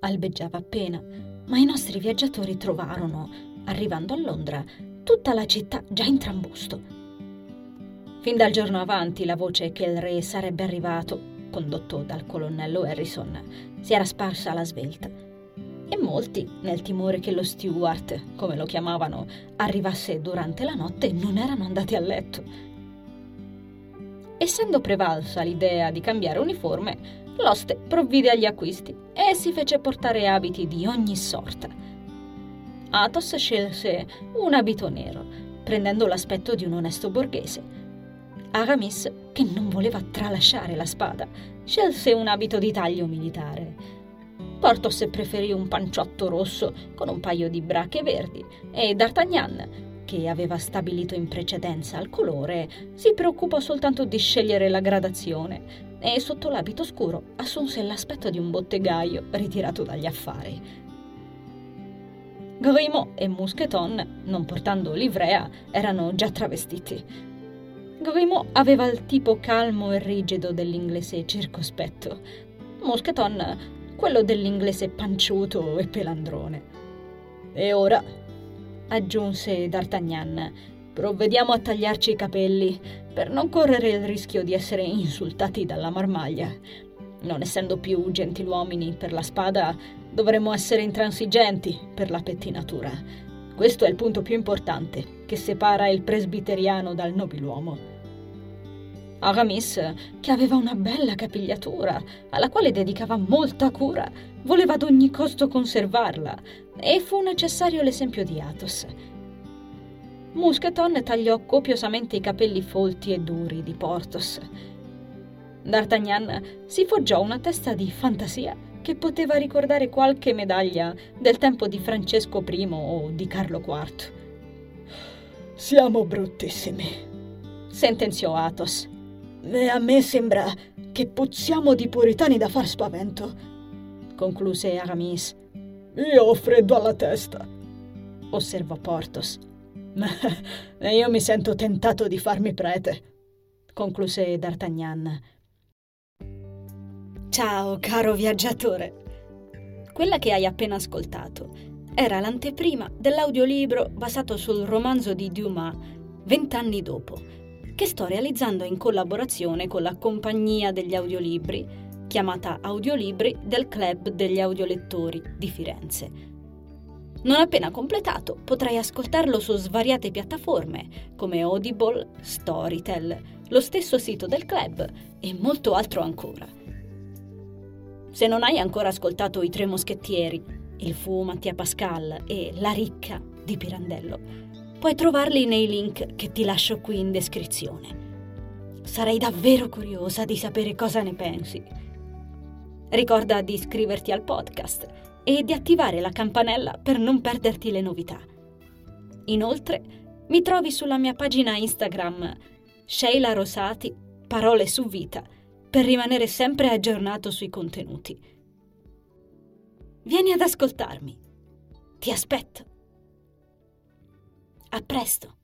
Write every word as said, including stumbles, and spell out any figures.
albeggiava appena, ma i nostri viaggiatori trovarono, arrivando a Londra, tutta la città già in trambusto. Fin dal giorno avanti la voce che il re sarebbe arrivato, condotto dal colonnello Harrison, si era sparsa alla svelta, e molti, nel timore che lo steward, come lo chiamavano, arrivasse durante la notte, non erano andati a letto. Essendo prevalsa l'idea di cambiare uniforme, l'oste provvide agli acquisti e si fece portare abiti di ogni sorta. Athos scelse un abito nero, prendendo l'aspetto di un onesto borghese. Aramis, che non voleva tralasciare la spada, scelse un abito di taglio militare. Porthos preferì un panciotto rosso con un paio di brache verdi e D'Artagnan, che aveva stabilito in precedenza il colore, si preoccupò soltanto di scegliere la gradazione e sotto l'abito scuro assunse l'aspetto di un bottegaio ritirato dagli affari. Grimaud e Mousqueton, non portando livrea, erano già travestiti. Grimaud aveva il tipo calmo e rigido dell'inglese circospetto, Mousqueton quello dell'inglese panciuto e pelandrone. E ora, aggiunse D'Artagnan, provvediamo a tagliarci i capelli per non correre il rischio di essere insultati dalla marmaglia. Non essendo più gentiluomini per la spada, dovremmo essere intransigenti per la pettinatura. Questo è il punto più importante che separa il presbiteriano dal nobiluomo. Aramis, che aveva una bella capigliatura, alla quale dedicava molta cura, voleva ad ogni costo conservarla, e fu necessario l'esempio di Athos. Mousqueton tagliò copiosamente i capelli folti e duri di Porthos. D'Artagnan si foggiò una testa di fantasia che poteva ricordare qualche medaglia del tempo di Francesco primo o di Carlo quarto. «Siamo bruttissimi», sentenziò Athos. «E a me sembra che puzziamo di puritani da far spavento», concluse Aramis. «Io ho freddo alla testa», osservò Porthos. «E io mi sento tentato di farmi prete», concluse D'Artagnan. Ciao, caro viaggiatore. Quella che hai appena ascoltato era l'anteprima dell'audiolibro basato sul romanzo di Dumas, Vent'anni dopo, che sto realizzando in collaborazione con la Compagnia degli Audiolibri, chiamata Audiolibri del Club degli Audiolettori di Firenze. Non appena completato, potrai ascoltarlo su svariate piattaforme come Audible, Storytel, lo stesso sito del club e molto altro ancora. Se non hai ancora ascoltato I Tre Moschettieri, Il fu Mattia Pascal e La Ricca di Pirandello, puoi trovarli nei link che ti lascio qui in descrizione. Sarei davvero curiosa di sapere cosa ne pensi. Ricorda di iscriverti al podcast e di attivare la campanella per non perderti le novità. Inoltre, mi trovi sulla mia pagina Instagram Sheila Rosati, Parole su Vita, per rimanere sempre aggiornato sui contenuti. Vieni ad ascoltarmi. Ti aspetto. A presto.